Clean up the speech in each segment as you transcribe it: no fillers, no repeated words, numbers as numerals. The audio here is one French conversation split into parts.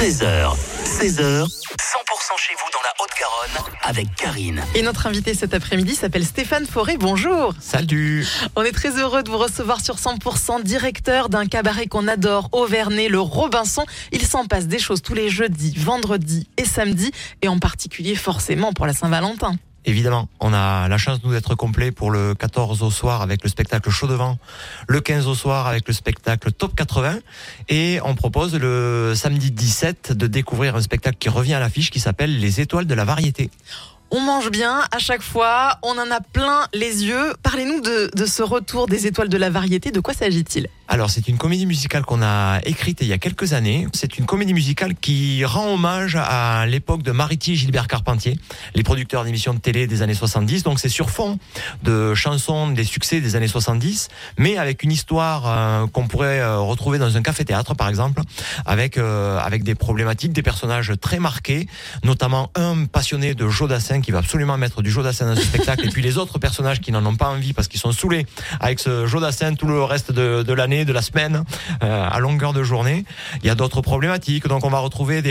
13h, 16h, 100% chez vous dans la Haute-Garonne avec Karine. Et notre invité cet après-midi s'appelle Stéphane Forêt. Bonjour. Salut. On est très heureux de vous recevoir sur 100%, directeur d'un cabaret qu'on adore, Auvernais, le Robinson. Il s'en passe des choses tous les jeudis, vendredis et samedis, et en particulier forcément pour la Saint-Valentin. Évidemment, on a la chance nous d'être complet pour le 14 au soir avec le spectacle Chaud Devant, le 15 au soir avec le spectacle Top 80, et on propose le samedi 17 de découvrir un spectacle qui revient à l'affiche qui s'appelle Les Étoiles de la Variété. On mange bien à chaque fois, on en a plein les yeux. Parlez-nous de ce retour des Étoiles de la Variété, de quoi s'agit-il ? Alors, c'est une comédie musicale qu'on a écrite il y a quelques années. C'est une comédie musicale qui rend hommage à l'époque de Mariti et Gilbert Carpentier, les producteurs d'émissions de télé des années 70. Donc, c'est sur fond de chansons des succès des années 70, mais avec une histoire qu'on pourrait retrouver dans un café-théâtre, par exemple, avec des problématiques, des personnages très marqués, notamment un passionné de Joe Dassin qui va absolument mettre du Joe Dassin dans ce spectacle, et puis les autres personnages qui n'en ont pas envie parce qu'ils sont saoulés avec ce Joe Dassin tout le reste de l'année, de la semaine, à longueur de journée. Il y a d'autres problématiques, donc on va retrouver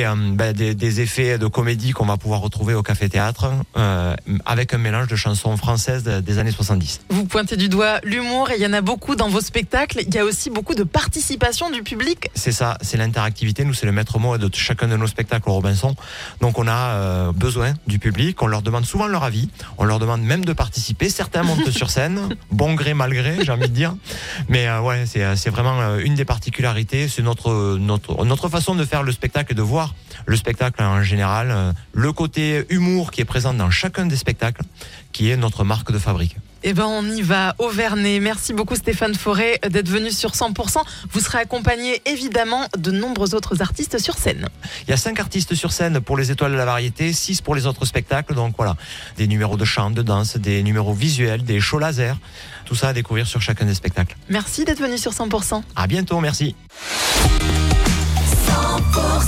des effets de comédie qu'on va pouvoir retrouver au café-théâtre, avec un mélange de chansons françaises des années 70. Vous pointez du doigt l'humour, et il y en a beaucoup dans vos spectacles. Il y a aussi beaucoup de participation du public. C'est ça, c'est l'interactivité. Nous, c'est le maître mot de chacun de nos spectacles au Robinson. Donc on a besoin du public, on leur demande souvent leur avis, on leur demande même de participer. Certains montent sur scène, bon gré, mal gré, j'ai envie de dire. Mais ouais, c'est vraiment une des particularités. C'est notre façon de faire le spectacle et de voir le spectacle en général. Le côté humour qui est présent dans chacun des spectacles, qui est notre marque de fabrique. Eh ben, on y va, Auvernais. Merci beaucoup Stéphane Forêt d'être venu sur 100%. Vous serez accompagné évidemment de nombreux autres artistes sur scène. Il y a 5 artistes sur scène pour les Étoiles de la Variété, 6 pour les autres spectacles. Donc voilà, des numéros de chant, de danse, des numéros visuels, des shows laser. Tout ça à découvrir sur chacun des spectacles. Merci d'être venu sur 100%. À bientôt, merci.